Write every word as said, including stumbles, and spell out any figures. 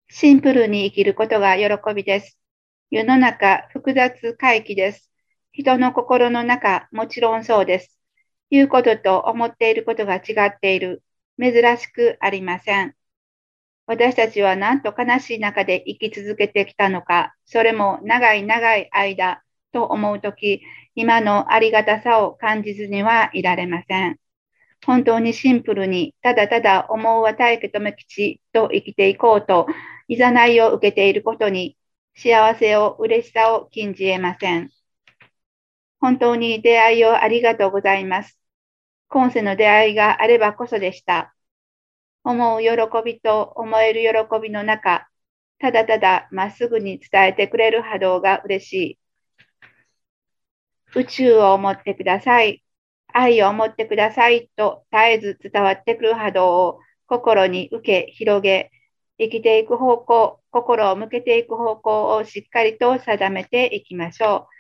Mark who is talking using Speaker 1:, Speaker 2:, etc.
Speaker 1: シンプルに生きることが喜びです。世の中、複雑回帰です。人の心の中、もちろんそうです。言うことと思っていることが違っている。珍しくありません。私たちはなんと悲しい中で生き続けてきたのか、それも長い長い間と思うとき、今のありがたさを感じずにはいられません。本当にシンプルに、ただただ思うは大家とめきちと生きていこうと、いざないを受けていることに、幸せを、嬉しさを禁じ得ません。本当に出会いをありがとうございます。今世の出会いがあればこそでした。思う喜びと思える喜びの中、ただただまっすぐに伝えてくれる波動が嬉しい。宇宙を思ってください。愛を思ってくださいと絶えず伝わってくる波動を心に受け広げ、生きていく方向、心を向けていく方向をしっかりと定めていきましょう。